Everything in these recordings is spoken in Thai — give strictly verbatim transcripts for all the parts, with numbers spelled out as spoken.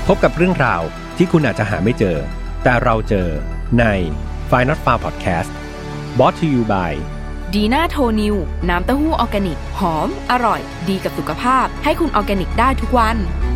พบกับเรื่องราวที่คุณอาจจะหาไม่เจอแต่เราเจอใน Find Not Found Podcast Brought to you by ดีน่าโทนิวน้ำเต้าหู้ออร์แกนิกหอมอร่อยดีกับสุขภาพให้คุณออร์แกนิกได้ทุกวัน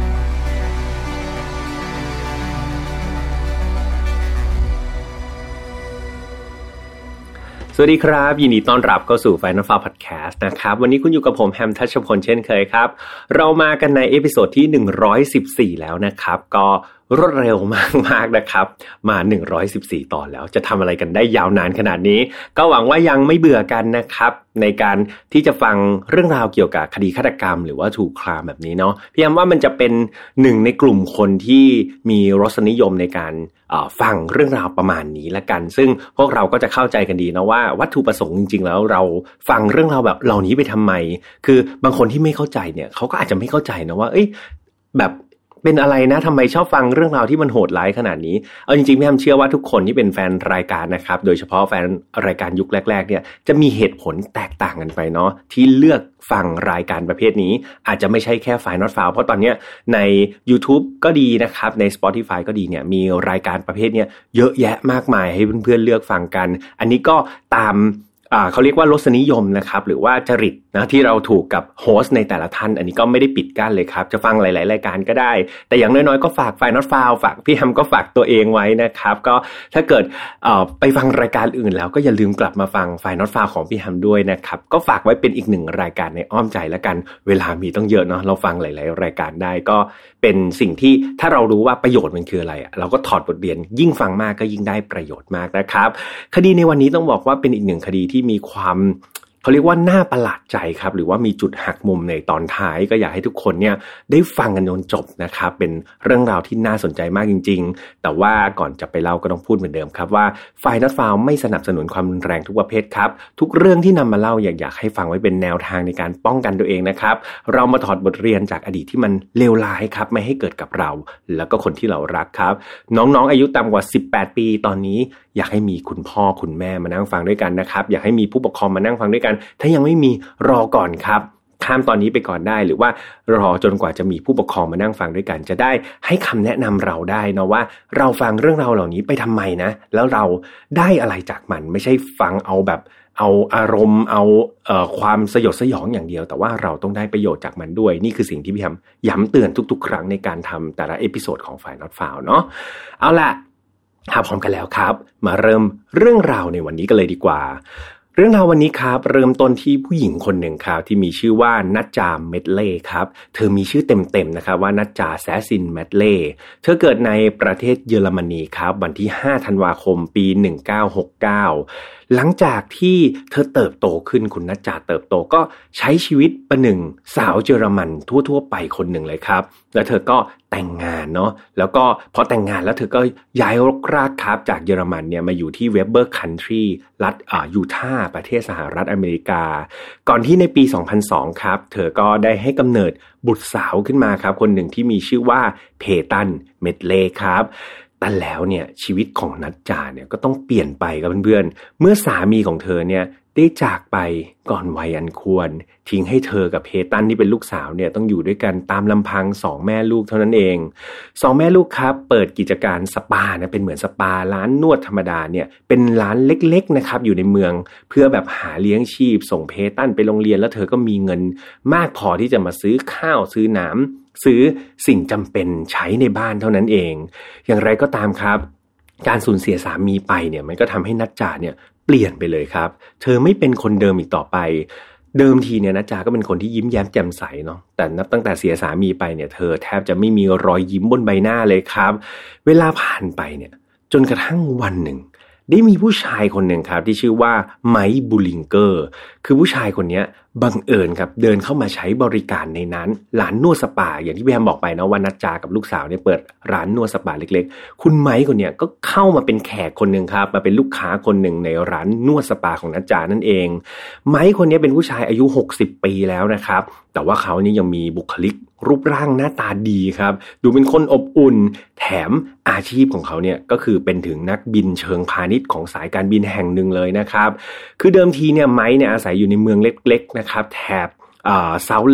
สวัสดีครับยินดีต้อนรับเข้าสู่ Find Not Found Podcast นะครับวันนี้คุณอยู่กับผมแฮมทัชพลเช่นเคยครับเรามากันในเอพิโซดที่หนึ่งร้อยสิบสี่แล้วนะครับก็รวดเร็วมากๆนะครับมาหนึ่งร้อยสิบสี่ตอนแล้วจะทำอะไรกันได้ยาวนานขนาดนี้ก็หวังว่ายังไม่เบื่อกันนะครับในการที่จะฟังเรื่องราวเกี่ยวกับคดีฆาตกรรมหรือว่าถูกคลามแบบนี้เนาะพี่แอมว่ามันจะเป็นหนึ่งในกลุ่มคนที่มีรสนิยมในการฟังเรื่องราวประมาณนี้ละกันซึ่งพวกเราก็จะเข้าใจกันดีนะว่าวัตถุประสงค์จริงๆแล้วเราฟังเรื่องราวแบบเหล่านี้ไปทำไมคือบางคนที่ไม่เข้าใจเนี่ยเขาก็อาจจะไม่เข้าใจนะว่าเอ้ยแบบเป็นอะไรนะทำไมชอบฟังเรื่องราวที่มันโหดร้ายขนาดนี้เอาจริงๆพี่แอมเชื่อว่าทุกคนที่เป็นแฟนรายการนะครับโดยเฉพาะแฟนรายการยุคแรกๆเนี่ยจะมีเหตุผลแตกต่างกันไปเนาะที่เลือกฟังรายการประเภทนี้อาจจะไม่ใช่แค่ Find Not Found เพราะตอนนี้ใน YouTube ก็ดีนะครับใน Spotify ก็ดีเนี่ยมีรายการประเภทเนี้ยเยอะแยะมากมายให้เพื่อนๆเลือกฟังกันอันนี้ก็ตามอ่าเขาเรียกว่ารสนิยมนะครับหรือว่าจริตนะที่เราถูกกับโฮสต์ในแต่ละท่านอันนี้ก็ไม่ได้ปิดกั้นเลยครับจะฟังหลายๆรายการก็ได้แต่อย่างน้อยๆก็ฝาก Find Not Found ฝากพี่แฮมก็ฝากตัวเองไว้นะครับก็ถ้าเกิดเอ่อไปฟังรายการอื่นแล้วก็อย่าลืมกลับมาฟัง Find Not Found ของพี่แฮมด้วยนะครับก็ฝากไว้เป็นอีกหนึ่งรายการในอ้อมใจแล้วกันเวลามีต้องเยอะเนาะเราฟังหลายๆรายการได้ก็เป็นสิ่งที่ถ้าเรารู้ว่าประโยชน์มันคืออะไรเราก็ถอดบทเรียนยิ่งฟังมากก็ยิ่งได้ประโยชน์มากนะครับคดีในวันนี้ต้องบอกว่าเป็นอีกหนึ่งคดีที่มีความเขาเรียกว่าน่าประหลาดใจครับหรือว่ามีจุดหักมุมในตอนท้ายก็อยากให้ทุกคนเนี่ยได้ฟังกันจนจบนะครับเป็นเรื่องราวที่น่าสนใจมากจริงๆแต่ว่าก่อนจะไปเล่าก็ต้องพูดเหมือนเดิมครับว่า Find Not Found ไม่สนับสนุนความรุนแรงทุกประเภทครับทุกเรื่องที่นำมาเล่าอยากอยากให้ฟังไว้เป็นแนวทางในการป้องกันตัวเองนะครับเรามาถอดบทเรียนจากอดีตที่มันเลวร้ายครับไม่ให้เกิดกับเราแล้วก็คนที่เรารักครับน้องๆอายุต่ำกว่าสิบแปดปีตอนนี้อยากให้มีคุณพ่อคุณแม่มานั่งฟังด้วยกันนะครับอยากให้มีผู้ปกครองมานั่งฟังด้วยกันถ้ายังไม่มีรอก่อนครับข้ามตอนนี้ไปก่อนได้หรือว่ารอจนกว่าจะมีผู้ปกครองมานั่งฟังด้วยกันจะได้ให้คำแนะนำเราได้นะว่าเราฟังเรื่องราวเหล่านี้ไปทำไมนะแล้วเราได้อะไรจากมันไม่ใช่ฟังเอาแบบเอาอารมณ์เอาเอ่อความสยดสยองอย่างเดียวแต่ว่าเราต้องได้ประโยชน์จากมันด้วยนี่คือสิ่งที่พี่แฮมย้ำเตือนทุกๆครั้งในการทำแต่ละเอพิโซดของ Find Not Found เนาะเอาล่ะถ้าพร้อมกันแล้วครับมาเริ่มเรื่องราวในวันนี้กันเลยดีกว่าเรื่องราววันนี้ครับเริ่มต้นที่ผู้หญิงคนหนึ่งครับที่มีชื่อว่านัจจาเมดเล่ครับเธอมีชื่อเต็มๆนะครับว่านัจจาแซซินเมดเล่เธอเกิดในประเทศเยอรมนีครับวันที่ห้าธันวาคมปีหนึ่งเก้าหกเก้าหลังจากที่เธอเติบโตขึ้นคุณนัจจาเติบโตก็ใช้ชีวิตประหนึ่งสาวเยอรมันทั่วๆไปคนหนึ่งเลยครับแล้วเธอก็แต่งงานเนาะแล้วก็พอแต่งงานแล้วเธอก็ย้ายรกรากครับจากเยอรมันเนี่ยมาอยู่ที่เวเบอร์คันทรีรัฐอ่ายูทาห์ประเทศสหรัฐอเมริกาก่อนที่ในปีสองพันสองครับเธอก็ได้ให้กำเนิดบุตรสาวขึ้นมาครับคนหนึ่งที่มีชื่อว่าเพตันเมดเล่ครับแต่แล้วเนี่ยชีวิตของนัจจาเนี่ยก็ต้องเปลี่ยนไปครับเพื่อนๆเมื่อสามีของเธอเนี่ยได้จากไปก่อนวัยอันควรทิ้งให้เธอกับเพตันที่เป็นลูกสาวเนี่ยต้องอยู่ด้วยกันตามลำพังสองแม่ลูกเท่านั้นเองสองแม่ลูกครับเปิดกิจการสปานะเป็นเหมือนสปาร้านนวดธรรมดาเนี่ยเป็นร้านเล็กๆนะครับอยู่ในเมืองเพื่อแบบหาเลี้ยงชีพส่งเพตันไปโรงเรียนแล้วเธอก็มีเงินมากพอที่จะมาซื้อข้าวซื้อน้ำซื้อสิ่งจำเป็นใช้ในบ้านเท่านั้นเองอย่างไรก็ตามครับการสูญเสียสามีไปเนี่ยมันก็ทำให้นัจจาเนี่ยเปลี่ยนไปเลยครับเธอไม่เป็นคนเดิมอีกต่อไปเดิมทีเนี่ยนัจจาก็เป็นคนที่ยิ้มแย้มแจ่มใสเนาะแต่นับตั้งแต่เสียสามีไปเนี่ยเธอแทบจะไม่มีรอยยิ้มบนใบหน้าเลยครับเวลาผ่านไปเนี่ยจนกระทั่งวันหนึ่งได้มีผู้ชายคนหนึ่งครับที่ชื่อว่าไมค์บูลิงเกอร์คือผู้ชายคนนี้บังเอิญครับเดินเข้ามาใช้บริการในนั้นร้านนวดสปาอย่างที่พี่แฮมบอกไปนะว่านัจจากับลูกสาวเนี่ยเปิดร้านนวดสปาเล็กๆคุณไมค์คนนี้ก็เข้ามาเป็นแขกคนหนึ่งครับมาเป็นลูกค้าคนหนึ่งในร้านนวดสปาของนัจจานั่นเองไมค์คนนี้เป็นผู้ชายอายุหกสิบปีแล้วนะครับแต่ว่าเขานี่ยังมีบุคลิกรูปร่างหน้าตาดีครับดูเป็นคนอบอุ่นแถมอาชีพของเขาเนี่ยก็คือเป็นถึงนักบินเชิงพาณิชย์ของสายการบินแห่งหนึ่งเลยนะครับคือเดิมทีเนี่ยไมค์เนี่ยอาศัยอยู่ในเมืองเล็กๆนะครับแถบเอ่อเซาท์เลค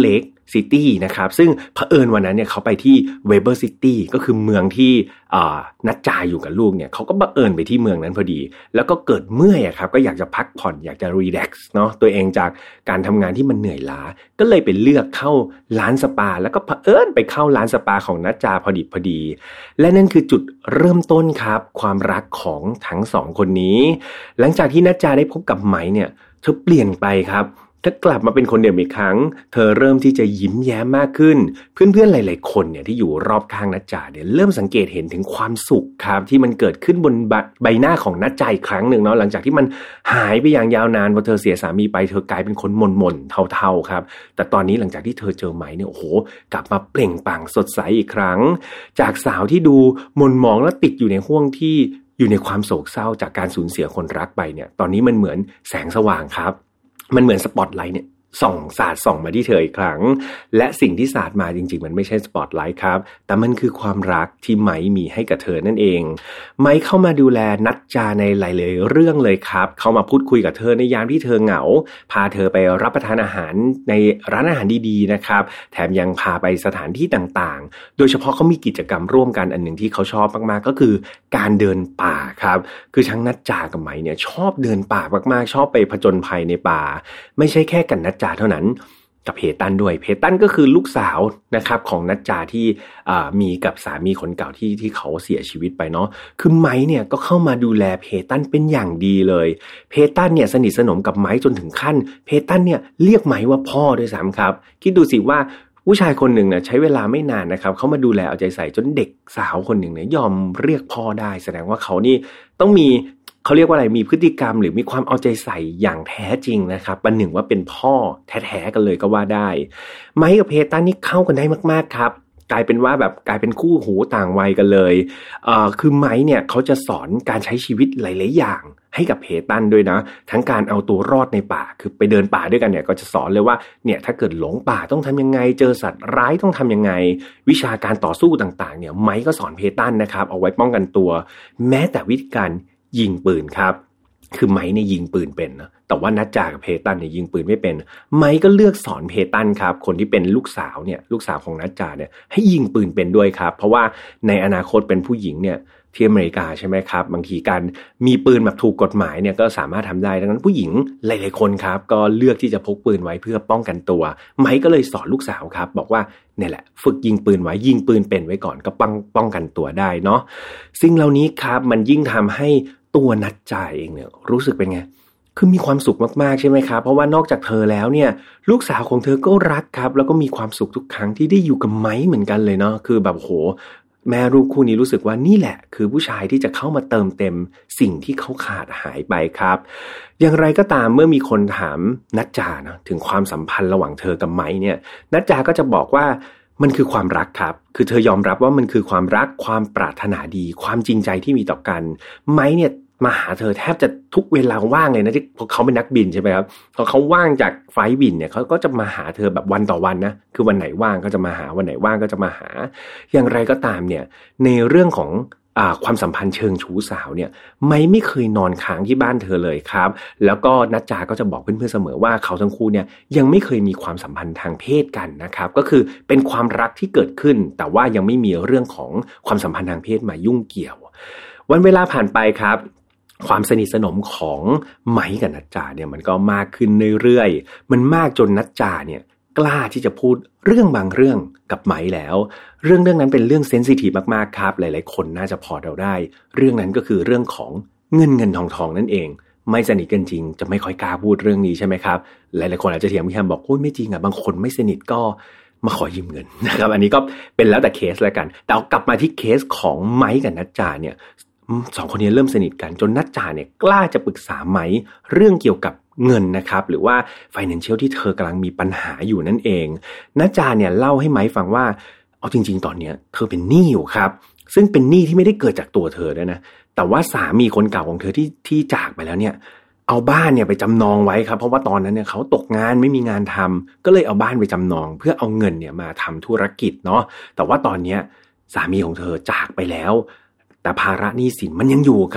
ซิตี้นะครับซึ่งเผอิญวันนั้นเนี่ยเขาไปที่เวเบอร์ซิตี้ก็คือเมืองที่นัดจาอยู่กับลูกเนี่ยเขาก็บังเอิญไปที่เมืองนั้นพอดีแล้วก็เกิดเมื่อยครับก็อยากจะพักผ่อนอยากจะรีแลกซ์เนาะตัวเองจากการทำงานที่มันเหนื่อยล้าก็เลยไปเลือกเข้าร้านสปาแล้วก็เผอิญไปเข้าร้านสปาของนัดจาพอดีพอดีและนั่นคือจุดเริ่มต้นครับความรักของทั้งสองคนนี้หลังจากที่นัดจาได้พบกับไหมเนี่ยเธอเปลี่ยนไปครับเธอกลับมาเป็นคนเดิมอีกครั้งเธอเริ่มที่จะยิ้มแย้มมากขึ้นเพื่อนๆหลายๆคนเนี่ยที่อยู่รอบข้างนัดจาเนี่ยเริ่มสังเกตเห็นถึงความสุขครับที่มันเกิดขึ้นบนใบหน้าของนัดจาอีกครั้งหนึ่งเนาะหลังจากที่มันหายไปอย่างยาวนานพอเธอเสียสามีไปเธอกลายเป็นคนหม่นๆเทาๆครับแต่ตอนนี้หลังจากที่เธอเจอไหมเนี่ยโอ้โหกลับมาเปล่งปลั่งสดใสอีกครั้งจากสาวที่ดูหม่นหมองและติดอยู่ในห้วงที่อยู่ในความโศกเศร้าจากการสูญเสียคนรักไปเนี่ยตอนนี้มันเหมือนแสงสว่างครับมันเหมือนสปอตไลท์เนี่ยส่องสาดส่องมาที่เธออีกครั้งและสิ่งที่สาดมาจริงๆมันไม่ใช่สปอตไลท์ครับแต่มันคือความรักที่ไมค์มีให้กับเธอนั่นเองไมค์เข้ามาดูแลนัดจาในหลายๆเรื่องเลยครับเข้ามาพูดคุยกับเธอในยามที่เธอเหงาพาเธอไปรับประทานอาหารในร้านอาหารดีๆนะครับแถมยังพาไปสถานที่ต่างๆโดยเฉพาะเขามีกิจกรรมร่วมกันอันหนึ่งที่เขาชอบมากๆก็คือการเดินป่าครับคือทั้งนัดจากับไมค์เนี่ยชอบเดินป่ามากๆชอบไปผจญภัยในป่าไม่ใช่แค่กันนัดจาเท่านั้นกับเพตันด้วยเพตันก็คือลูกสาวนะครับของนัดจาที่มีกับสามีคนเก่าที่ที่เขาเสียชีวิตไปเนาะคือไมค์เนี่ยก็เข้ามาดูแลเพตันเป็นอย่างดีเลยเพตันเนี่ยสนิทสนมกับไมค์จนถึงขั้นเพตันเนี่ยเรียกไมค์ว่าพ่อด้วยซ้ำครับคิดดูสิว่าผู้ชายคนหนึ่งเนี่ยใช้เวลาไม่นานนะครับเขามาดูแลเอาใจใส่จนเด็กสาวคนหนึ่งเนี่ยยอมเรียกพ่อได้แสดงว่าเขานี่ต้องมีเขาเรียกว่าอะไรมีพฤติกรรมหรือมีความเอาใจใส่อย่างแท้จริงนะครับประหนึ่งว่าเป็นพ่อแท้ๆกันเลยก็ว่าได้ไมค์กับเพตันนี่เข้ากันได้มากๆครับกลายเป็นว่าแบบกลายเป็นคู่หูต่างวัยกันเลยเอ่อคือไมค์เนี่ยเขาจะสอนการใช้ชีวิตหลายๆอย่างให้กับเพตันด้วยนะทั้งการเอาตัวรอดในป่าคือไปเดินป่าด้วยกันเนี่ยก็จะสอนเลยว่าเนี่ยถ้าเกิดหลงป่าต้องทำยังไงเจอสัตว์ร้ายต้องทำยังไงวิชาการต่อสู้ต่างๆเนี่ยไมค์ก็สอนเพตันนะครับเอาไว้ป้องกันตัวแม้แต่วิธีการยิงปืนครับคือไมค์เนี่ยยิงปืนเป็นนะแต่ว่านัดจากับเพตันเนี่ยยิงปืนไม่เป็นไมค์ก็เลือกสอนเพตันครับคนที่เป็นลูกสาวเนี่ยลูกสาวของนัดจาเนี่ยให้ยิงปืนเป็นด้วยครับเพราะว่าในอนาคตเป็นผู้หญิงเนี่ยที่อเมริกาใช่ไหมครับบางทีการมีปืนแบบถูกกฎหมายเนี่ยก็สามารถทำได้ดังนั้นผู้หญิงหลายๆคนครับก็เลือกที่จะพกปืนไว้เพื่อป้องกันตัวไมค์ก็เลยสอนลูกสาวครับบอกว่าเนี่ยแหละฝึกยิงปืนไว้ยิงปืนเป็นไว้ก่อนก็ป้องป้องกันตัวได้เนาะสิ่งเหล่านี้ครับมันยิ่งทำให้ตัวนัดจาเองเนี่ยรู้สึกเป็นไงคือมีความสุขมากๆใช่ไหมครับเพราะว่านอกจากเธอแล้วเนี่ยลูกสาวของเธอก็รักครับแล้วก็มีความสุขทุกครั้งที่ได้อยู่กับไมค์เหมือนกันเลยเนาะคือแบบโหแม่ลูกคู่นี้รู้สึกว่านี่แหละคือผู้ชายที่จะเข้ามาเติมเต็มสิ่งที่เขาขาดหายไปครับอย่างไรก็ตามเมื่อมีคนถามนัดจานะถึงความสัมพันธ์ระหว่างเธอกับไมค์เนี่ยนัดจาก็จะบอกว่ามันคือความรักครับคือเธอยอมรับว่ามันคือความรักความปรารถนาดีความจริงใจที่มีต่อกันไมค์เนี่ยมาหาเธอแทบจะทุกเวลาว่างเลยนะที่พอเขาเป็นนักบินใช่ไหมครับพอเขาว่างจากไฟล์บินเนี่ยเขาก็จะมาหาเธอแบบวันต่อวันนะคือวันไหนว่างก็จะมาหาวันไหนว่างก็จะมาหาอย่างไรก็ตามเนี่ยในเรื่องของอ่าความสัมพันธ์เชิงชู้สาวเนี่ยไม่ไม่เคยนอนค้างที่บ้านเธอเลยครับแล้วก็นัดจาก็จะบอกเพื่อนๆเสมอว่าเขาทั้งคู่เนี่ยยังไม่เคยมีความสัมพันธ์ทางเพศกันนะครับก็คือเป็นความรักที่เกิดขึ้นแต่ว่ายังไม่มีเรื่องของความสัมพันธ์ทางเพศมายุ่งเกี่ยววันเวลาผ่านไปครับความสนิทสนมของไมค์กับนัดจาเนี่ยมันก็มากขึ้นเรื่อยๆมันมากจนนัดจาเนี่ยกล้าที่จะพูดเรื่องบางเรื่องกับไมค์แล้วเรื่องเรื่องนั้นเป็นเรื่องเซนซิทีฟมากๆครับหลายๆคนน่าจะพอเดาได้เรื่องนั้นก็คือเรื่องของเงินเงินทองทองนั่นเองไม่สนิทกันจริงจะไม่ค่อยกล้าพูดเรื่องนี้ใช่ไหมครับหลายๆคนอาจจะเถียงพี่แฮมบอกโอ้ยไม่จริงอ่ะบางคนไม่สนิทก็มาขอยืมเงินนะครับอันนี้ก็เป็นแล้วแต่เคสแล้วกันแต่เอากลับมาที่เคสของไมค์กับนัดจาเนี่ยสองคนนี้เริ่มสนิทกันจนนัดจาเนี่ยกล้าจะปรึกษาไมค์เรื่องเกี่ยวกับเงินนะครับหรือว่า financial ที่เธอกำลังมีปัญหาอยู่นั่นเองนัดจาเนี่ยเล่าให้ไมค์ฟังว่าเอาจริงๆตอนนี้เธอเป็นหนี้อยู่ครับซึ่งเป็นหนี้ที่ไม่ได้เกิดจากตัวเธอด้วยนะแต่ว่าสามีคนเก่าของเธอที่ที่จากไปแล้วเนี่ยเอาบ้านเนี่ยไปจำนองไว้ครับเพราะว่าตอนนั้นเนี่ยเขาตกงานไม่มีงานทำก็เลยเอาบ้านไปจำนองเพื่อเอาเงินเนี่ยมาทำธุรกิจเนาะแต่ว่าตอนนี้สามีของเธอจากไปแล้วแต่ภาระหนี้สินมันยังอยู่ครับ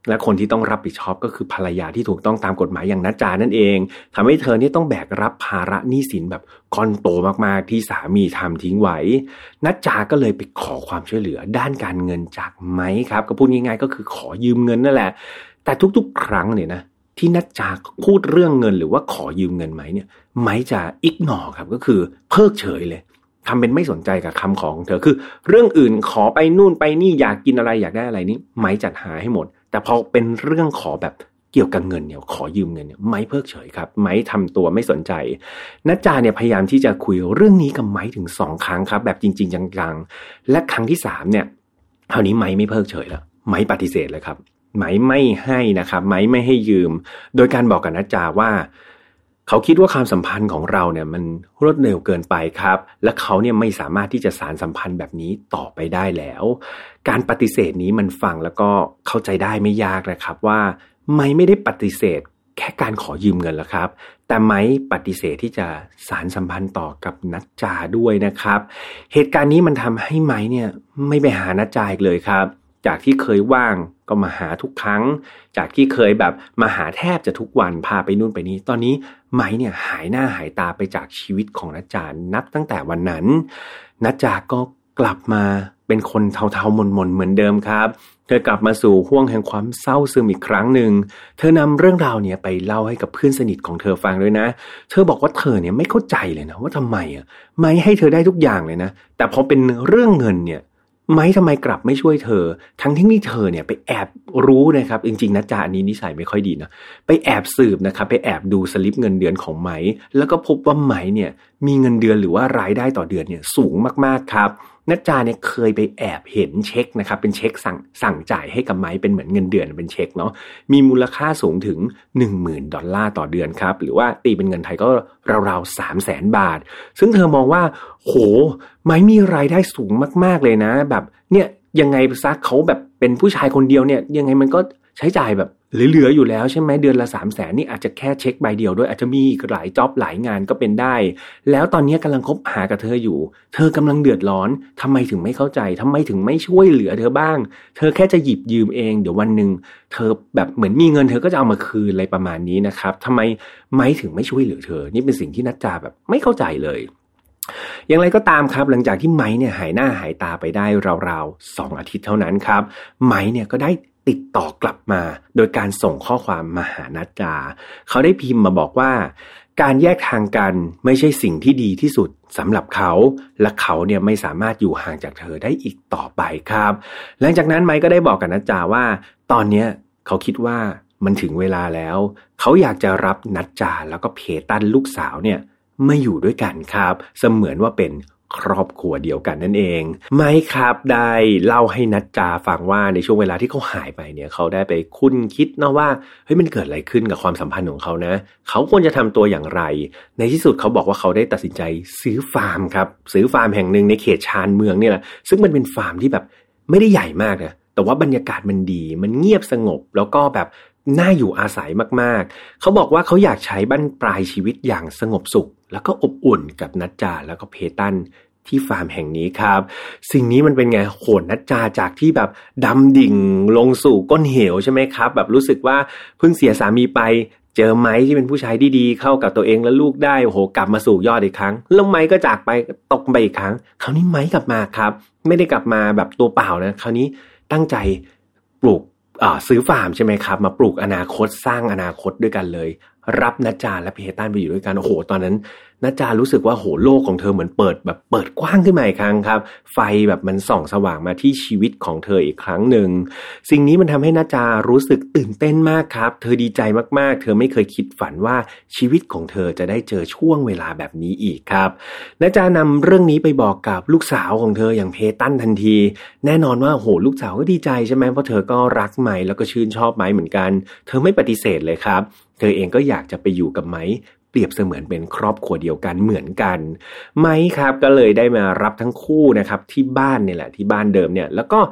และคนที่ต้องรับผิดชอบก็คือภรรยาที่ถูกต้องตามกฎหมายอย่างนัจจานั่นเองทำให้เธอเนี่ยต้องแบกรับภาระหนี้สินแบบก้อนโตมากๆที่สามีทำทิ้งไว้นัจจาก็เลยไปขอความช่วยเหลือด้านการเงินจากไม้ครับก็พูดง่ายๆก็คือขอยืมเงินนั่นแหละแต่ทุกๆครั้งเนี่ยนะที่นัจจาพูดเรื่องเงินหรือว่าขอยืมเงินไม้เนี่ยไม้จะอิกนอร์ครับก็คือเพิกเฉยเลยทำเป็นไม่สนใจกับคำของเธอคือเรื่องอื่นขอไปนู่นไปนี่อยากกินอะไรอยากได้อะไรนี่ไม้จัดหาให้หมดแต่พอเป็นเรื่องขอแบบเกี่ยวกับเงินเนี่ยขอยืมเงินเนี่ยไม้เพิกเฉยครับไม้ทำตัวไม่สนใจนัจจาเนี่ยพยายามที่จะคุยเรื่องนี้กับไม้ถึงสองครั้งครับแบบจริงๆจังๆและครั้งที่สามเนี่ยคราวนี้ไม้ไม่เพิกเฉยแล้วไม้ปฏิเสธเลยครับไม้ไม่ให้นะครับไม้ไม่ให้ยืมโดยการบอกกับนัจจาว่าเขาคิดว่าความสัมพันธ์ของเราเนี่ยมันรวดเร็วเกินไปครับและเขาเนี่ยไม่สามารถที่จะสานสัมพันธ์แบบนี้ต่อไปได้แล้วการปฏิเสธนี้มันฟังแล้วก็เข้าใจได้ไม่ยากนะครับว่าไม้ไม่ได้ปฏิเสธแค่การขอยืมเงินแล้วครับแต่ไม้ปฏิเสธที่จะสานสัมพันธ์ต่อกับนัจจาด้วยนะครับเหตุการณ์นี้มันทำให้ไม้เนี่ยไม่ไปหานัจจาอีกเลยครับจากที่เคยว่างก็มาหาทุกครั้งจากที่เคยแบบมาหาแทบจะทุกวันพาไปนู่นไปนี้ตอนนี้ไม้เนี่ยหายหน้าหายตาไปจากชีวิตของนัจจานับตั้งแต่วันนั้นนัจจาก็กลับมาเป็นคนเทาๆหม่นๆเหมือนเดิมครับเธอกลับมาสู่ห้วงแห่งความเศร้าซึมอีกครั้งหนึ่งเธอนำเรื่องราวเนี่ยไปเล่าให้กับเพื่อนสนิทของเธอฟังด้วยนะเธอบอกว่าเธอเนี่ยไม่เข้าใจเลยนะว่าทำไมอ่ะไม้ให้เธอได้ทุกอย่างเลยนะแต่พอเป็นเรื่องเงินเนี่ยไม้ทำไมกลับไม่ช่วยเธอทั้งที่นี่เธอเนี่ยไปแอบรู้นะครับจริงๆนะจ๊ะอันนี้นิสัยไม่ค่อยดีนะไปแอบสืบนะครับไปแอบดูสลิปเงินเดือนของไม้แล้วก็พบว่าไม้เนี่ยมีเงินเดือนหรือว่ารายได้ต่อเดือนเนี่ยสูงมากๆครับนัจจาเนี่ยเคยไปแอบเห็นเช็คนะครับเป็นเช็คสั่งสั่งจ่ายให้กับไม้เป็นเหมือนเงินเดือนเป็นเช็คเนาะมีมูลค่าสูงถึง หนึ่งหมื่น ดอลลาร์ต่อเดือนครับหรือว่าตีเป็นเงินไทยก็ราวๆ สามแสน บาทซึ่งเธอมองว่าโหไม้มีรายได้สูงมากๆเลยนะแบบเนี่ยยังไงซะเขาแบบเป็นผู้ชายคนเดียวเนี่ยยังไงมันก็ใช้จ่ายแบบเหลือๆอยู่แล้วใช่ไหมเดือนละ สามแสน นี่อาจจะแค่เช็คใบเดียวด้วยอาจจะมีหลายจ็อบหลายงานก็เป็นได้แล้วตอนนี้กำลังคบหากับเธออยู่เธอกำลังเดือดร้อนทำไมถึงไม่เข้าใจทำไมถึงไม่ช่วยเหลือเธอบ้างเธอแค่จะหยิบยืมเองเดี๋ยววันนึงเธอแบบเหมือนมีเงินเธอก็จะเอามาคืนอะไรประมาณนี้นะครับทำไมไม่ถึงไม่ช่วยเหลือเธอนี่เป็นสิ่งที่นัจจาแบบไม่เข้าใจเลยอย่างไรก็ตามครับหลังจากที่ไม้เนี่ยหายหน้าหายตาไปได้ราวๆสองอาทิตย์เท่านั้นครับไม้เนี่ยก็ได้ติดต่อกลับมาโดยการส่งข้อความมาหานัจจาเขาได้พิมพ์มาบอกว่าการแยกทางกันไม่ใช่สิ่งที่ดีที่สุดสำหรับเขาและเขาเนี่ยไม่สามารถอยู่ห่างจากเธอได้อีกต่อไปครับหลังจากนั้นไม้ก็ได้บอกกับนัจจาว่าตอนนี้เขาคิดว่ามันถึงเวลาแล้วเขาอยากจะรับนัจจาแล้วก็เพตันลูกสาวเนี่ยมาอยู่ด้วยกันครับเสมือนว่าเป็นครอบครัวเดียวกันนั่นเองไม้ครับได้เล่าให้นัจจาฟังว่าในช่วงเวลาที่เขาหายไปเนี่ยเขาได้ไปคุ้นคิดนะว่าเฮ้ยมันเกิดอะไรขึ้นกับความสัมพันธ์ของเขานะเขาควรจะทำตัวอย่างไรในที่สุดเขาบอกว่าเขาได้ตัดสินใจซื้อฟาร์มครับซื้อฟาร์มแห่งหนึ่งในเขตชานเมืองนี่แหละซึ่งมันเป็นฟาร์มที่แบบไม่ได้ใหญ่มากนะแต่ว่าบรรยากาศมันดีมันเงียบสงบแล้วก็แบบน่าอยู่อาศัยมากๆเขาบอกว่าเขาอยากใช้บั้นปลายชีวิตอย่างสงบสุขแล้วก็อบอุ่นกับนัจจาแล้วก็เพตันที่ฟาร์มแห่งนี้ครับสิ่งนี้มันเป็นไงโหดนัจจาจากที่แบบดำดิ่งลงสู่ก้นเหวใช่ไหมครับแบบรู้สึกว่าเพิ่งเสียสามีไปเจอไม้ที่เป็นผู้ชายที่ดีเข้ากับตัวเองและลูกได้โอ้โหกลับมาสู่ยอดอีกครั้งแล้วไม้ก็จากไปตกไปอีกครั้งคราวนี้ไม้กลับมาครับไม่ได้กลับมาแบบตัวเปล่านะคราวนี้ตั้งใจปลูกอ่าซื้อฟาร์มใช่ไหมครับมาปลูกอนาคตสร้างอนาคตด้วยกันเลยรับนัจจาและเพตันไปอยู่ด้วยกันโอ้โหตอนนั้นนัจจารู้สึกว่าโหโลกของเธอเหมือนเปิดแบบเปิดกว้างขึ้นมาอีกครั้งครับไฟแบบมันส่องสว่างมาที่ชีวิตของเธออีกครั้งหนึ่งสิ่งนี้มันทำให้นัจจารู้สึกตื่นเต้นมากครับเธอดีใจมากๆเธอไม่เคยคิดฝันว่าชีวิตของเธอจะได้เจอช่วงเวลาแบบนี้อีกครับนัจจานำเรื่องนี้ไปบอกกับลูกสาวของเธออย่างเพตันทันทีแน่นอนว่าโหลูกสาวก็ดีใจใช่ไหมเพราะเธอก็รักไม้แล้วก็ชื่นชอบไม้เหมือนกันเธอไม่ปฏิเสธเลยครับเธอเองก็อยากจะไปอยู่กับไม้เปรียบเสมือนเป็นครอบครัวเดียวกันเหมือนกันไม้ครับก็เลยได้มารับทั้งคู่นะครับที่บ้านนี่แหละที่บ้านเดิมเนี่ยแล้วก็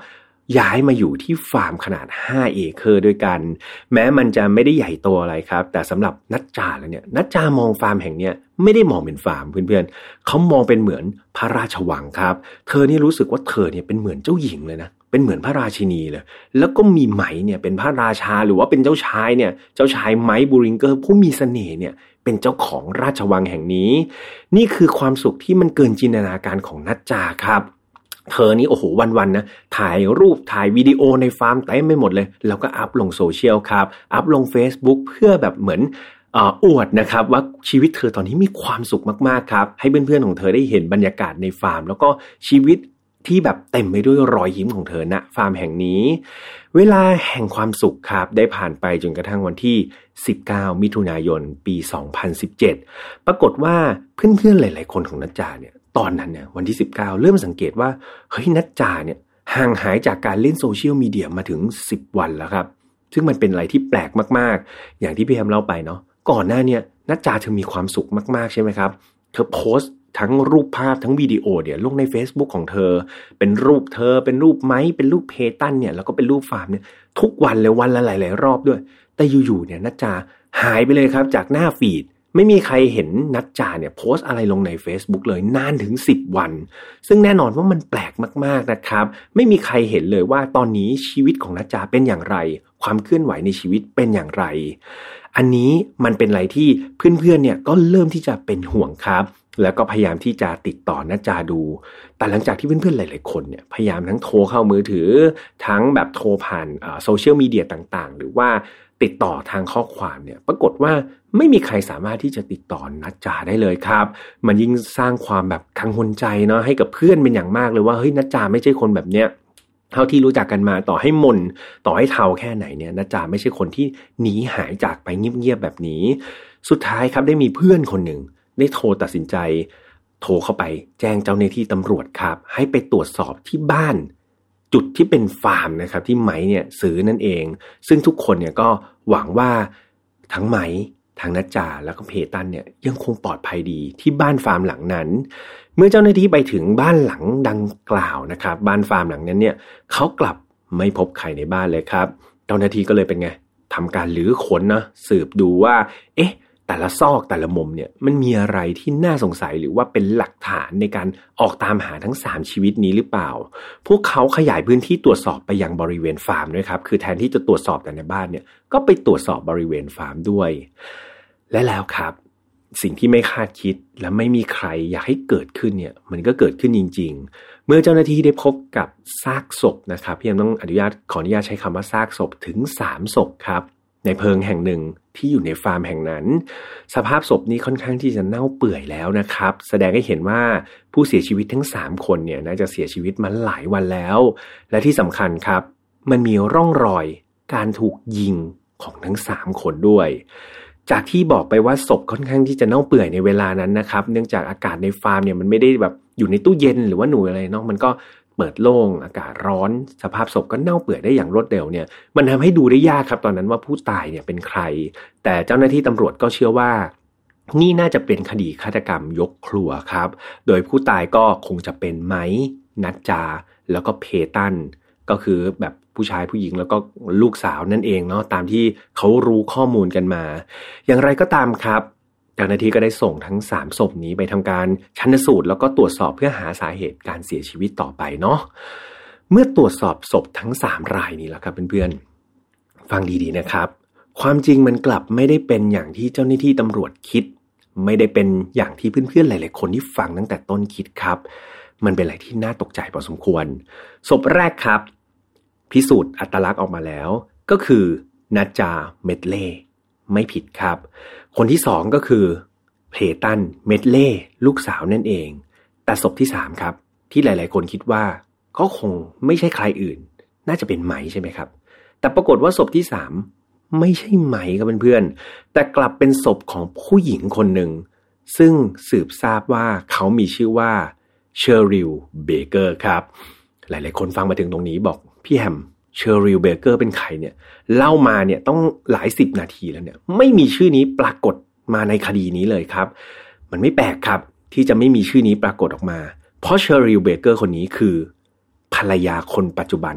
ย้ายมาอยู่ที่ฟาร์มขนาดห้าเอเคอร์ด้วยกันแม้มันจะไม่ได้ใหญ่โตอะไรครับแต่สำหรับนัจจาแล้วเนี่ยนัจจามองฟาร์มแห่งเนี้ยไม่ได้มองเป็นฟาร์มเพื่อนๆเขามองเป็นเหมือนพระราชวังครับเธอนี่รู้สึกว่าเธอเนี่ยเป็นเหมือนเจ้าหญิงเลยนะเป็นเหมือนพระราชินีเลยแล้วก็มีไหมเนี่ยเป็นพระราชาหรือว่าเป็นเจ้าชายเนี่ยเจ้าชายไมค์บูริงเกอร์ผู้มีเสน่ห์เนี่ยเป็นเจ้าของราชวังแห่งนี้นี่คือความสุขที่มันเกินจินตนาการของนัจจาครับเธอนี่โอ้โหวันๆนะถ่ายรูปถ่ายวิดีโอในฟาร์มเต็มไปหมดเลยแล้วก็อัพลงโซเชียลครับอัพลง Facebook เพื่อแบบเหมือนอ่ออวดนะครับว่าชีวิตเธอตอนนี้มีความสุขมากๆครับให้เพื่อนๆของเธอได้เห็นบรรยากาศในฟาร์มแล้วก็ชีวิตที่แบบเต็มไปด้วยรอยยิ้มของเธอณฟาร์มแห่งนี้เวลาแห่งความสุขครับได้ผ่านไปจนกระทั่งวันที่สิบเก้ามิถุนายนปีสองพันสิบเจ็ดปรากฏว่าเพื่อนๆหลายๆคนของนัจจาเนี่ยตอนนั้นเนี่ยวันที่สิบเก้าเริ่มสังเกตว่าเฮ้ยนัจจาเนี่ยห่างหายจากการเล่นโซเชียลมีเดียมาถึงสิบวันแล้วครับซึ่งมันเป็นอะไรที่แปลกมากๆอย่างที่พี่แฮมเล่าไปเนาะก่อนหน้าเนี่ยนัจจาเธอมีความสุขมากๆใช่ไหมครับเธอโพสต์ทั้งรูปภาพทั้งวิดีโอเนี่ยลงใน Facebook ของเธอเป็นรูปเธอเป็นรูปไม้เป็นรูปเพตันเนี่ยแล้วก็เป็นรูปฟาร์มเนี่ยทุกวันเลยวันละหลายๆรอบด้วยแต่อยู่ๆเนี่ยนัจจาหายไปเลยครับจากหน้าฟีดไม่มีใครเห็นนัจจาเนี่ยโพสต์อะไรลงใน Facebook เลยนานถึงสิบวันซึ่งแน่นอนว่ามันแปลกมากๆนะครับไม่มีใครเห็นเลยว่าตอนนี้ชีวิตของนัจจาเป็นอย่างไรความเคลื่อนไหวในชีวิตเป็นอย่างไรอันนี้มันเป็นอะไรที่เพื่อนๆเนี่ยก็เริ่มที่จะเป็นห่วงครับแล้วก็พยายามที่จะติดต่อนัจจาดูแต่หลังจากที่เพื่อนๆหลายๆคนเนี่ยพยายามทั้งโทรเข้ามือถือทั้งแบบโทรผ่านโซเชียลมีเดียต่างๆหรือว่าติดต่อทางข้อความเนี่ยปรากฏว่าไม่มีใครสามารถที่จะติดต่อนัจจาได้เลยครับมันยิ่งสร้างความแบบกังวลใจเนาะให้กับเพื่อนเป็นอย่างมากเลยว่าเฮ้ยนัจจาไม่ใช่คนแบบเนี้ยเท่าที่รู้จักกันมาต่อให้มนต่อให้เทาแค่ไหนเนี่ยนัจจาไม่ใช่คนที่หนีหายจากไปเงียบๆแบบนี้สุดท้ายครับได้มีเพื่อนคนหนึ่งได้โทรตัดสินใจโทรเข้าไปแจ้งเจ้าหน้าที่ตำรวจครับให้ไปตรวจสอบที่บ้านจุดที่เป็นฟาร์มนะครับที่ไหมเนี่ยซื้อนั่นเองซึ่งทุกคนเนี่ยก็หวังว่าทั้งไหมทั้งนัจจาแล้วก็เพตันเนี่ยยังคงปลอดภัยดีที่บ้านฟาร์มหลังนั้นเมื่อเจ้าหน้าที่ไปถึงบ้านหลังดังกล่าวนะครับบ้านฟาร์มหลังนั้นเนี่ยเขากลับไม่พบใครในบ้านเลยครับเจ้าหน้าที่ก็เลยเป็นไงทำการลื้อค้นนะสืบดูว่าเอ๊ะแต่ละซอกแต่ละมุมเนี่ยมันมีอะไรที่น่าสงสัยหรือว่าเป็นหลักฐานในการออกตามหาทั้งสามชีวิตนี้หรือเปล่าพวกเขาขยายพื้นที่ตรวจสอบไปยังบริเวณฟาร์มด้วยครับคือแทนที่จะตรวจสอบแต่ในบ้านเนี่ยก็ไปตรวจสอบบริเวณฟาร์มด้วยและแล้วครับสิ่งที่ไม่คาดคิดและไม่มีใครอยากให้เกิดขึ้นเนี่ยมันก็เกิดขึ้นจริงๆเมื่อเจ้าหน้าที่ได้พบกับซากศพนะครับพี่ยังต้องอนุญาตขออนุญาตใช้คำว่าซากศพถึงสามศพครับในเพิงแห่งหนึ่งที่อยู่ในฟาร์มแห่งนั้นสภาพศพนี้ค่อนข้างที่จะเน่าเปื่อยแล้วนะครับแสดงให้เห็นว่าผู้เสียชีวิตทั้งสามคนเนี่ยน่าจะเสียชีวิตมาหลายวันแล้วและที่สำคัญครับมันมีร่องรอยการถูกยิงของทั้งสามคนด้วยจากที่บอกไปว่าศพค่อนข้างที่จะเน่าเปื่อยในเวลานั้นนะครับเนื่องจากอากาศในฟาร์มเนี่ยมันไม่ได้แบบอยู่ในตู้เย็นหรือว่าหนูอะไรเนาะมันก็เปิดโล่งอากาศร้อนสภาพศพก็เน่าเปื่อยได้อย่างรวดเร็วเนี่ยมันทำให้ดูได้ยากครับตอนนั้นว่าผู้ตายเนี่ยเป็นใครแต่เจ้าหน้าที่ตำรวจก็เชื่อว่านี่น่าจะเป็นคดีฆาตกรรมยกครัวครับโดยผู้ตายก็คงจะเป็นไมค์นัจจาแล้วก็เพตันก็คือแบบผู้ชายผู้หญิงแล้วก็ลูกสาวนั่นเองเนาะตามที่เขารู้ข้อมูลกันมาอย่างไรก็ตามครับเจ้าหน้าที่ก็ได้ส่งทั้งสามศพนี้ไปทำการชันสูตรแล้วก็ตรวจสอบเพื่อหาสาเหตุการเสียชีวิตต่อไปเนาะเมื่อตรวจสอบศพทั้งสามรายนี้แล้วครับเพื่อนๆฟังดีๆนะครับความจริงมันกลับไม่ได้เป็นอย่างที่เจ้าหน้าที่ตำรวจคิดไม่ได้เป็นอย่างที่เพื่อนๆหลายๆคนที่ฟังตั้งแต่ต้นคิดครับมันเป็นอะไรที่น่าตกใจพอสมควรศพแรกครับพิสูจน์อัตลักษณ์ออกมาแล้วก็คือนัจจาเมดเล่ไม่ผิดครับคนที่สองก็คือเพตันเมดเล่ลูกสาวนั่นเองแต่ศพที่สามครับที่หลายๆคนคิดว่าก็คงไม่ใช่ใครอื่นน่าจะเป็นไหมใช่ไหมครับแต่ปรากฏว่าศพที่สามไม่ใช่ไหมครับเพื่อนๆแต่กลับเป็นศพของผู้หญิงคนหนึ่งซึ่งสืบทราบว่าเขามีชื่อว่าเชอริลเบเกอร์ครับหลายๆคนฟังมาถึงตรงนี้บอกพี่แฮมเชอริลเบเกอร์เป็นใครเนี่ยเล่ามาเนี่ยต้องหลายสิบนาทีแล้วเนี่ยไม่มีชื่อนี้ปรากฏมาในคดีนี้เลยครับมันไม่แปลกครับที่จะไม่มีชื่อนี้ปรากฏออกมาเพราะเชอริลเบเกอร์คนนี้คือภรรยาคนปัจจุบัน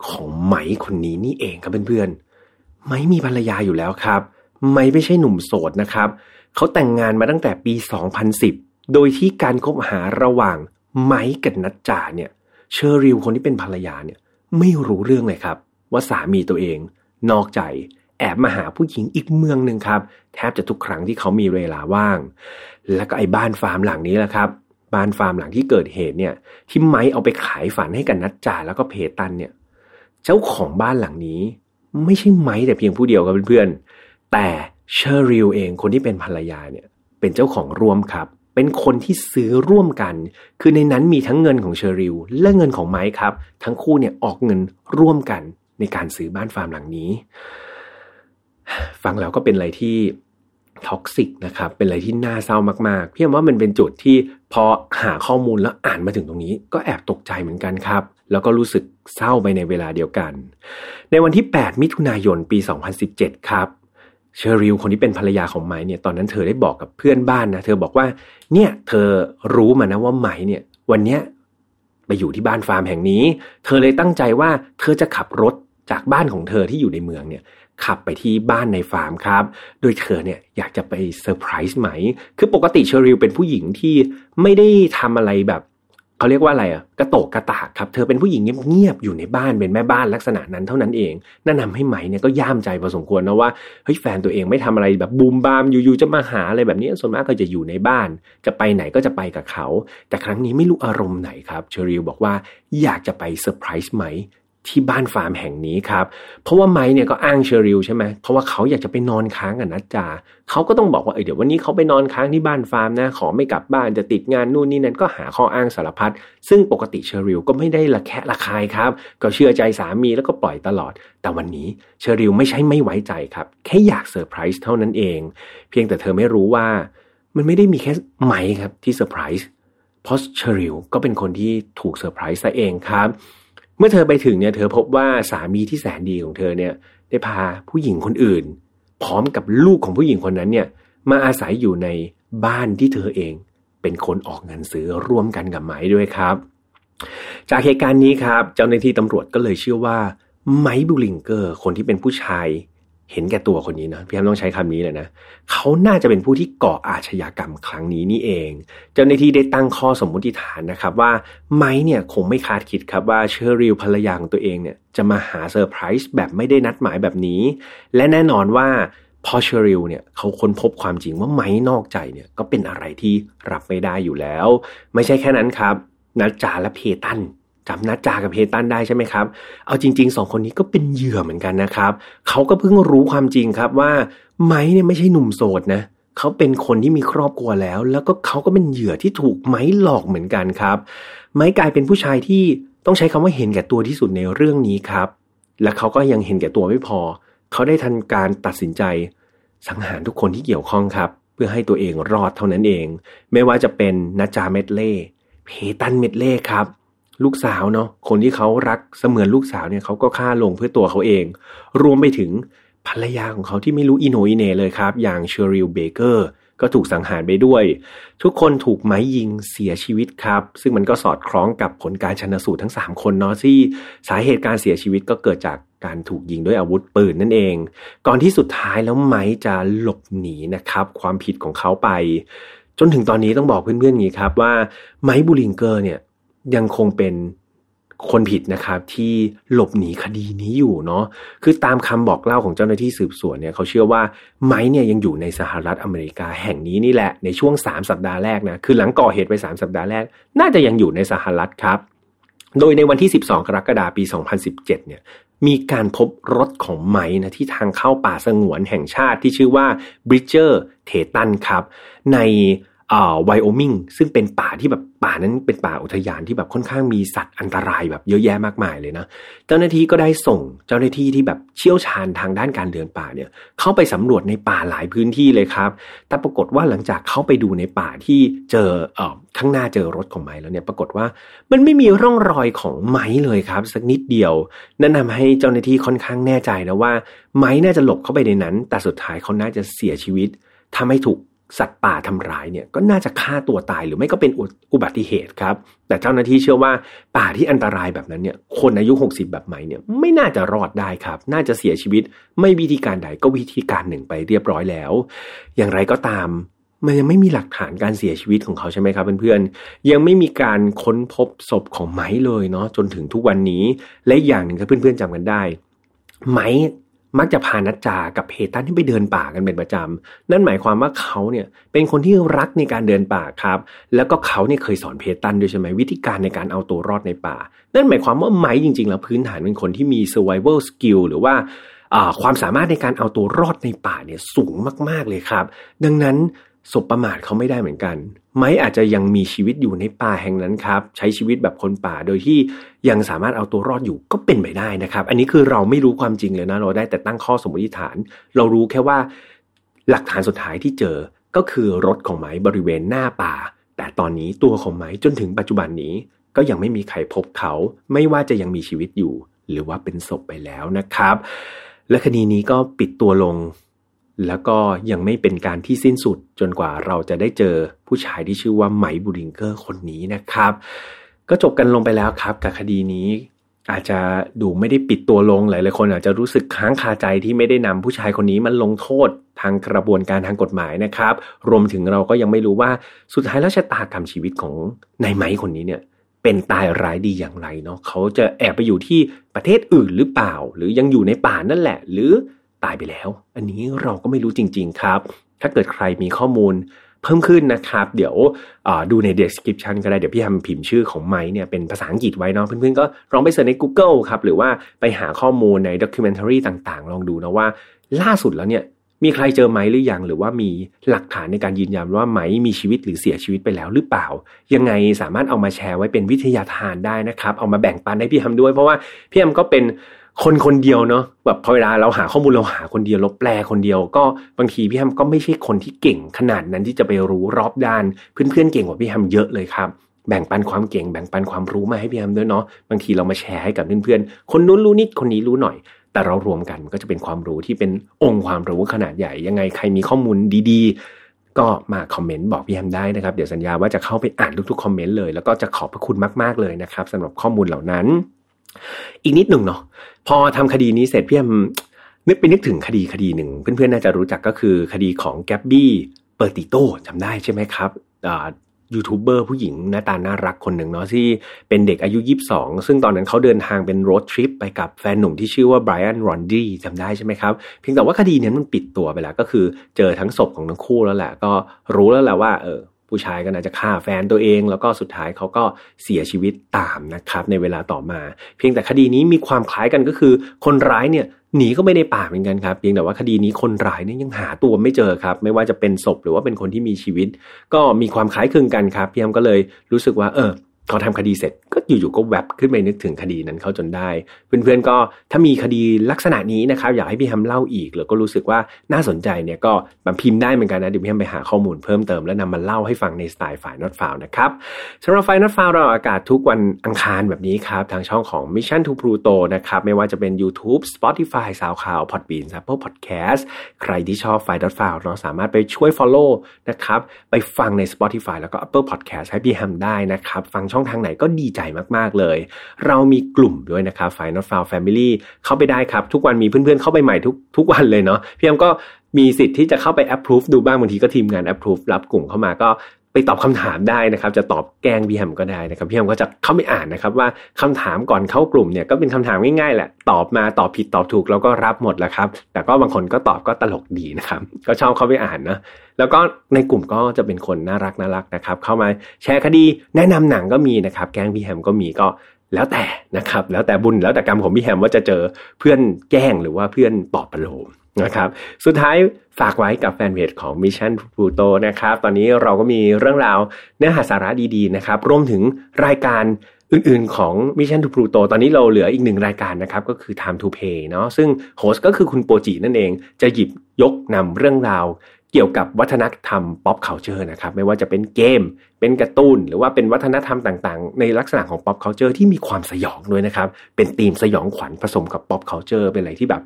ของไมค์คนนี้นี่เองครับเพื่อนๆไมค์มีภรรยาอยู่แล้วครับไมค์ไม่ใช่หนุ่มโสดนะครับเขาแต่งงานมาตั้งแต่ปีสองพันสิบโดยที่การคบหาระหว่างไมค์กับนัจจาเนี่ยเชอริลคนที่เป็นภรรยาเนี่ยไม่รู้เรื่องเลยครับว่าสามีตัวเองนอกใจแอบมาหาผู้หญิงอีกเมืองนึงครับแทบจะทุกครั้งที่เขามีเวลาว่างแล้วก็ไอ้บ้านฟาร์มหลังนี้แหละครับบ้านฟาร์มหลังที่เกิดเหตุเนี่ยที่ไมค์เอาไปขายฝันให้กับนัจจาแล้วก็เพตันเนี่ยเจ้าของบ้านหลังนี้ไม่ใช่ไมค์แต่เพียงผู้เดียวครับเพื่อนๆแต่เชอริลเองคนที่เป็นภรรยาเนี่ยเป็นเจ้าของร่วมครับเป็นคนที่ซื้อร่วมกันคือในนั้นมีทั้งเงินของเชอริลและเงินของไมค์ครับทั้งคู่เนี่ยออกเงินร่วมกันในการซื้อบ้านฟาร์มหลังนี้ฟังแล้วก็เป็นอะไรที่ท็อกซิกนะครับเป็นอะไรที่น่าเศร้ามากๆพี่ว่ามันเป็นจุดที่พอหาข้อมูลแล้วอ่านมาถึงตรงนี้ก็แอบตกใจเหมือนกันครับแล้วก็รู้สึกเศร้าไปในเวลาเดียวกันในวันที่แปดมิถุนายนปีสองพันสิบเจ็ดครับเชอริลคนที่เป็นภรรยาของไมค์เนี่ยตอนนั้นเธอได้บอกกับเพื่อนบ้านนะเธอบอกว่าเนี่ยเธอรู้มานะว่าไมค์เนี่ยวันเนี้ยไปอยู่ที่บ้านฟาร์มแห่งนี้เธอเลยตั้งใจว่าเธอจะขับรถจากบ้านของเธอที่อยู่ในเมืองเนี่ยขับไปที่บ้านในฟาร์มครับโดยเธอเนี่ยอยากจะไปเซอร์ไพรส์ไหมคือปกติเชอริลเป็นผู้หญิงที่ไม่ได้ทำอะไรแบบเขาเรียกว่าอะไรอ่ะกระโตกกระตากครับเธอเป็นผู้หญิงเงียบๆอยู่ในบ้านเป็นแม่บ้านลักษณะนั้นเท่านั้นเองนั่นทำให้ไมค์เนี่ยก็ย่ามใจพอสมควรนะว่าเฮ้ยแฟนตัวเองไม่ทำอะไรแบบบูมบามอยู่ๆจะมาหาอะไรแบบนี้ส่วนมากก็จะอยู่ในบ้านจะไปไหนก็จะไปกับเขาแต่ครั้งนี้ไม่รู้อารมณ์ไหนครับเชอริลบอกว่าอยากจะไปเซอร์ไพรส์ไมค์ที่บ้านฟาร์มแห่งนี้ครับเพราะว่าไมค์เนี่ยก็อ้างเชอริลใช่ไหมเพราะว่าเขาอยากจะไปนอนค้างกับนัจจาเขาก็ต้องบอกว่าเออเดี๋ยววันนี้เขาไปนอนค้างที่บ้านฟาร์มนะขอไม่กลับบ้านจะติดงานนู่นนี่นั่นก็หาข้ออ้างสารพัดซึ่งปกติเชอริลก็ไม่ได้ละแคะละคายครับก็เชื่อใจสามีแล้วก็ปล่อยตลอดแต่วันนี้เชอริลไม่ใช่ไม่ไว้ใจครับแค่อยากเซอร์ไพรส์เท่านั้นเองเพียงแต่เธอไม่รู้ว่ามันไม่ได้มีแค่ไมค์ครับที่เซอร์ไพรส์เพราะเชอริลก็เป็นคนที่ถูกเซอร์ไพรส์ซะเองครับเมื่อเธอไปถึงเนี่ยเธอพบว่าสามีที่แสนดีของเธอเนี่ยได้พาผู้หญิงคนอื่นพร้อมกับลูกของผู้หญิงคนนั้นเนี่ยมาอาศัยอยู่ในบ้านที่เธอเองเป็นคนออกเงินซื้อร่วมกันกับไมค์ด้วยครับจากเหตุการณ์นี้ครับเจ้าหน้าที่ตำรวจก็เลยเชื่อว่าไมค์บูลิงเกอร์คนที่เป็นผู้ชายเห็นแก่ตัวคนนี้นะพี่แอมต้องใช้คำนี้เลยนะเขาน่าจะเป็นผู้ที่ก่ออาชญากรรมครั้งนี้นี่เองเจ้าหน้าที่ได้ตั้งข้อสมมุติฐานนะครับว่าไมค์เนี่ยคงไม่คาดคิดครับว่าเชอริลภรรยาของตัวเองเนี่ยจะมาหาเซอร์ไพรส์แบบไม่ได้นัดหมายแบบนี้และแน่นอนว่าพอเชอริลเนี่ยเขาค้นพบความจริงว่าไมค์นอกใจเนี่ยก็เป็นอะไรที่รับไม่ได้อยู่แล้วไม่ใช่แค่นั้นครับนัจจาและเพตันจำนัจจากับเพตันได้ใช่ไหมครับเอาจริงๆสองคนนี้ก็เป็นเหยื่อเหมือนกันนะครับเขาก็เพิ่งรู้ความจริงครับว่าไมค์เนี่ยไม่ใช่หนุ่มโสดนะเขาเป็นคนที่มีครอบครัวแล้วแล้วก็เขาก็เป็นเหยื่อที่ถูกไมค์หลอกเหมือนกันครับไมค์กลายเป็นผู้ชายที่ต้องใช้คำว่าเห็นแก่ตัวที่สุดในเรื่องนี้ครับและเขาก็ยังเห็นแก่ตัวไม่พอเขาได้ทันการตัดสินใจสังหารทุกคนที่เกี่ยวข้องครับเพื่อให้ตัวเองรอดเท่านั้นเองไม่ว่าจะเป็นนัจจาเมดเล่เพตันเมดเล่ครับลูกสาวเนาะคนที่เขารักเสมือนลูกสาวเนี่ยเขาก็ฆ่าลงเพื่อตัวเขาเองรวมไปถึงภรรยาของเขาที่ไม่รู้อีโหนอีเหน่เลยครับอย่างเชอริลเบเกอร์ก็ถูกสังหารไปด้วยทุกคนถูกไม้ยิงเสียชีวิตครับซึ่งมันก็สอดคล้องกับผลการชันสูตรทั้งสามคนเนาะที่สาเหตุการเสียชีวิตก็เกิดจากการถูกยิงด้วยอาวุธปืนนั่นเองก่อนที่สุดท้ายแล้วไม้จะหลบหนีนะครับความผิดของเขาไปจนถึงตอนนี้ต้องบอกเพื่อนๆอย่างนี้ครับว่าไมค์บูลิงเกอร์เนี่ยยังคงเป็นคนผิดนะครับที่หลบหนีคดีนี้อยู่เนาะคือตามคำบอกเล่าของเจ้าหน้าที่สืบสวนเนี่ยเขาเชื่อว่าไมค์เนี่ยยังอยู่ในสหรัฐอเมริกาแห่งนี้นี่แหละในช่วงสามสัปดาห์แรกนะคือหลังก่อเหตุไปสามสัปดาห์แรกน่าจะยังอยู่ในสหรัฐครับโดยในวันที่สิบสองกรกฎาคมปีสองพันสิบเจ็ดเนี่ยมีการพบรถของไมค์นะที่ทางเข้าป่าสงวนแห่งชาติที่ชื่อว่าบริดเจอร์เทตันครับในอ่าไวโอมิงซึ่งเป็นป่าที่แบบป่านั้นเป็นป่าอุทยานที่แบบค่อนข้างมีสัตว์อันตรายแบบเยอะแยะมากมายเลยนะเจ้าหน้าที่ก็ได้ส่งเจ้าหน้าที่ที่แบบเชี่ยวชาญทางด้านการเดินป่าเนี่ยเข้าไปสำรวจในป่าหลายพื้นที่เลยครับแต่ปรากฏว่าหลังจากเข้าไปดูในป่าที่เจอเอ่อข้างหน้าเจอรถของไมค์แล้วเนี่ยปรากฏว่ามันไม่มีร่องรอยของไมค์เลยครับสักนิดเดียวนั่นทำให้เจ้าหน้าที่ค่อนข้างแน่ใจนะว่าไมค์น่าจะหลบเข้าไปในนั้นแต่สุดท้ายเขาน่าจะเสียชีวิตทำให้ถูกสัตว์ป่าทำร้ายเนี่ยก็น่าจะฆ่าตัวตายหรือไม่ก็เป็นอุบัติเหตุครับแต่เจ้าหน้าที่เชื่อว่าป่าที่อันตรายแบบนั้นเนี่ยคนอายุหกสิบแบบไหมเนี่ยไม่น่าจะรอดได้ครับน่าจะเสียชีวิตไม่วิธีการใดก็วิธีการหนึ่งไปเรียบร้อยแล้วอย่างไรก็ตามมันยังไม่มีหลักฐานการเสียชีวิตของเขาใช่ไหมครับเพื่อนๆยังไม่มีการค้นพบศพของไม้เลยเนาะจนถึงทุกวันนี้และอีกอย่างหนึ่งถ้าเพื่อนๆจำกันได้ไม้มักจะพานัจจากับเพตันที่ไปเดินป่ากันเป็นประจำนั่นหมายความว่าเขาเนี่ยเป็นคนที่รักในการเดินป่าครับแล้วก็เขาเนี่ยเคยสอนเพตันด้วยใช่ไหมวิธีการในการเอาตัวรอดในป่านั่นหมายความว่าไม้จริงๆแล้วพื้นฐานเป็นคนที่มี survival skill หรือว่าความสามารถในการเอาตัวรอดในป่าเนี่ยสูงมากๆเลยครับดังนั้นสบประมาทเขาไม่ได้เหมือนกันไม้อาจจะยังมีชีวิตอยู่ในป่าแห่งนั้นครับใช้ชีวิตแบบคนป่าโดยที่ยังสามารถเอาตัวรอดอยู่ก็เป็นไปได้นะครับอันนี้คือเราไม่รู้ความจริงเลยนะเราได้แต่ตั้งข้อสมมติฐานเรารู้แค่ว่าหลักฐานสุดท้ายที่เจอก็คือรถของไม้บริเวณหน้าป่าแต่ตอนนี้ตัวของไม้จนถึงปัจจุบันนี้ก็ยังไม่มีใครพบเขาไม่ว่าจะยังมีชีวิตอยู่หรือว่าเป็นศพไปแล้วนะครับและคดีนี้ก็ปิดตัวลงแล้วก็ยังไม่เป็นการที่สิ้นสุดจนกว่าเราจะได้เจอผู้ชายที่ชื่อว่าไมค์บูริงเกอร์คนนี้นะครับก็จบกันลงไปแล้วครับกับคดีนี้อาจจะดูไม่ได้ปิดตัวลงหลายๆคนอาจจะรู้สึกค้างคาใจที่ไม่ได้นำผู้ชายคนนี้มาลงโทษทางกระบวนการทางกฎหมายนะครับรวมถึงเราก็ยังไม่รู้ว่าสุดท้ายแล้วชะตากรรมชีวิตของนายไมค์คนนี้เนี่ยเป็นตายร้ายดีอย่างไรเนาะเขาจะแอบไปอยู่ที่ประเทศอื่นหรือเปล่าหรือยังอยู่ในป่านั่นแหละหรือตายไปแล้วอันนี้เราก็ไม่รู้จริงๆครับถ้าเกิดใครมีข้อมูลเพิ่มขึ้นนะครับเดี๋ยวดูใน description ก็ได้เดี๋ยวพี่ทำพิมพ์ชื่อของไมค์เนี่ยเป็นภาษาอังกฤษไว้เนาะเพื่อนๆก็ลองไปเสิร์ชใน Google ครับหรือว่าไปหาข้อมูลใน documentary ต่างๆลองดูนะว่าล่าสุดแล้วเนี่ยมีใครเจอไมค์หรือยังหรือว่ามีหลักฐานในการยืนยันว่าไมค์มีชีวิตหรือเสียชีวิตไปแล้วหรือเปล่ายังไงสามารถเอามาแชร์ไว้เป็นวิทยาทานได้นะครับเอามาแบ่งปันให้พี่ทำด้วยเพราะว่าพี่ทำก็เป็นคนคนเดียวเนาะแบบพอเวลาเราหาข้อมูลเราหาคนเดียวเราแปลคนเดียวก็บางทีพี่แฮมก็ไม่ใช่คนที่เก่งขนาดนั้นที่จะไปรู้รอบด้านเพื่อนๆเก่งกว่าพี่แฮมเยอะเลยครับแบ่งปันความเก่งแบ่งปันความรู้มาให้พี่แฮมด้วยเนาะบางทีเรามาแชร์ให้กับเพื่อนๆคนนู้นรู้นิดคนนี้รู้หน่อยแต่เรารวมกันก็จะเป็นความรู้ที่เป็นองค์ความรู้ขนาดใหญ่ยังไงใครมีข้อมูลดีๆก็มาคอมเมนต์บอกพี่แฮมได้นะครับเดี๋ยวสัญญาว่าจะเข้าไปอ่านทุกๆคอมเมนต์เลยแล้วก็จะขอบพระคุณมากๆเลยนะครับสำหรับข้อมูลเหล่านั้นอีกนิดหนึ่งเนาะพอทำคดีนี้เสร็จพี่แอมนึกไปนึกถึงคดีคดีหนึ่งเพื่อนๆน่าจะรู้จักก็คือคดีของแกบบี้เปอร์ติโต้จำได้ใช่ไหมครับยูทูบเบอร์ผู้หญิงหน้าตาน่ารักคนหนึ่งเนาะที่เป็นเด็กอายุยี่สิบสองซึ่งตอนนั้นเขาเดินทางเป็นโรดทริปไปกับแฟนหนุ่มที่ชื่อว่าไบรอันรอนดี้จำได้ใช่ไหมครับเพียงแต่ว่าคดีนี้มันปิดตัวไปแล้วก็คือเจอทั้งศพของทั้งคู่แล้วแหละก็รู้แล้วแหละว่าเออผู้ชายก็น่าจะฆ่าแฟนตัวเองแล้วก็สุดท้ายเขาก็เสียชีวิตตามนะครับในเวลาต่อมาเพียงแต่คดีนี้มีความคล้ายกันก็คือคนร้ายเนี่ยหนีก็ไม่ได้ป่าเหมือนกันครับเพียงแต่ว่าคดีนี้คนร้ายเนี่ยยังหาตัวไม่เจอครับไม่ว่าจะเป็นศพหรือว่าเป็นคนที่มีชีวิตก็มีความคล้ายคลึงกันครับพี่แอมก็เลยรู้สึกว่าเออเขาทำคดีเสร็จก็อยู่ๆก็แวบขึ้นไปนึกถึงคดีนั้นเขาจนได้เพื่อนๆก็ถ้ามีคดีลักษณะนี้นะครับอยากให้พี่แฮมเล่าอีกหรือก็รู้สึกว่าน่าสนใจเนี่ยก็พิมพ์ได้เหมือนกันนะเดี๋ยวพี่แฮมไปหาข้อมูลเพิ่มเติมแล้วนำมาเล่าให้ฟังในสไตล์ฝ่าย Not Found นะครับสำหรับฝ่าย Not Found เราอากาศทุกวันอังคารแบบนี้ครับทางช่องของ Mission to Pluto นะครับไม่ว่าจะเป็น YouTube Spotify SoundCloud Podbean Apple Podcast ใครที่ชอบฝ่าย Not Found เราสามารถไปช่วย follow นะครับไปฟังใน Spotify แล้วก็ Apple Podcast ให้พี่แฮมได้นะครับฟังช่องทางไหนก็ดีใจมากๆเลยเรามีกลุ่มด้วยนะครับ ฝ่าย Not Found Family เข้าไปได้ครับทุกวันมีเพื่อนๆเข้าไปใหม่ทุกทุกวันเลยเนาะพี่แอมก็มีสิทธิ์ที่จะเข้าไป approve ดูบ้างบางทีก็ทีมงาน approve รับกลุ่มเข้ามาก็ไปตอบคำถามได้นะครับจะตอบแกล้งพี่แฮมก็ได้นะครับพี่แฮมก็จะเข้าไปอ่านนะครับว่าคำถามก่อนเข้ากลุ่มเนี่ยก็เป็นคำถามง่ายๆแหละตอบมาตอบผิดตอบถูกแล้วก็รับหมดแหละครับแต่ก็บางคนก็ตอบก็ตลกดีนะครับก็ชอบเข้าไปอ่านนะแล้วก็ในกลุ่มก็จะเป็นคนน่ารักน่ารักนะครับเข้ามาแชร์คดีแนะนำหนังก็มีนะครับแกล้งพี่แฮมก็มีก็แล้วแต่นะครับแล้วแต่บุญแล้วแต่กรรมของพี่แฮมว่าจะเจอเพื่อนแกล้งหรือว่าเพื่อนปลอบประโลมนะครับสุดท้ายฝากไว้กับแฟนเพจของ Mission to Pluto นะครับตอนนี้เราก็มีเรื่องราวเนื้อหาสาระดีๆนะครับรวมถึงรายการอื่นๆของ Mission to Pluto ตอนนี้เราเหลืออีกหนึ่งรายการนะครับก็คือ Time to Play เนาะซึ่งโฮสต์ก็คือคุณโปจินั่นเองจะหยิบยกนำเรื่องราวเกี่ยวกับวัฒนธรรม pop culture นะครับไม่ว่าจะเป็นเกมเป็นการ์ตูนหรือว่าเป็นวัฒนธรรมต่างๆในลักษณะของ pop culture ที่มีความสยองด้วยนะครับเป็นธีมสยองขวัญผสมกับ pop culture เป็นอะไรที่แบบ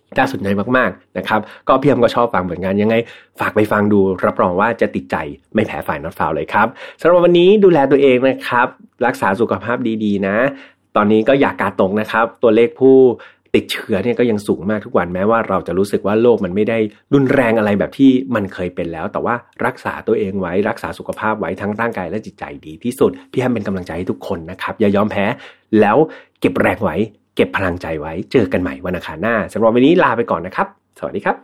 น่าสนใจมากๆนะครับก็พี่แฮมก็ชอบฟังเหมือนกันยังไงฝากไปฟังดูรับรองว่าจะติดใจไม่แพ้ฝ่ายน็อตฟาวเลยครับสำหรับวันนี้ดูแลตัวเองนะครับรักษาสุขภาพดีๆนะตอนนี้ก็อย่ากาดตกนะครับตัวเลขผู้ติดเชื้อเนี่ยก็ยังสูงมากทุกวันแม้ว่าเราจะรู้สึกว่าโลกมันไม่ได้รุนแรงอะไรแบบที่มันเคยเป็นแล้วแต่ว่ารักษาตัวเองไว้รักษาสุขภาพไว้ทั้งร่างกายและจิตใจดีที่สุดพี่แฮมเป็นกำลังใจให้ทุกคนนะครับอย่ายอมแพ้แล้วเก็บแรงไว้เก็บพลังใจไว้เจอกันใหม่วันอังคารหน้าสำหรับวันนี้ลาไปก่อนนะครับสวัสดีครับ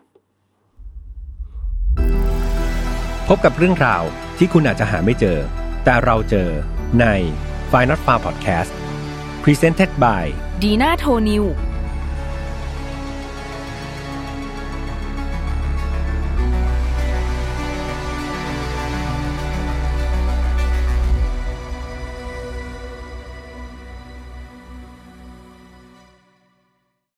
พบกับเรื่องราวที่คุณอาจจะหาไม่เจอแต่เราเจอใน Fine Not Far Podcast Presented by ดีน่าโทนิว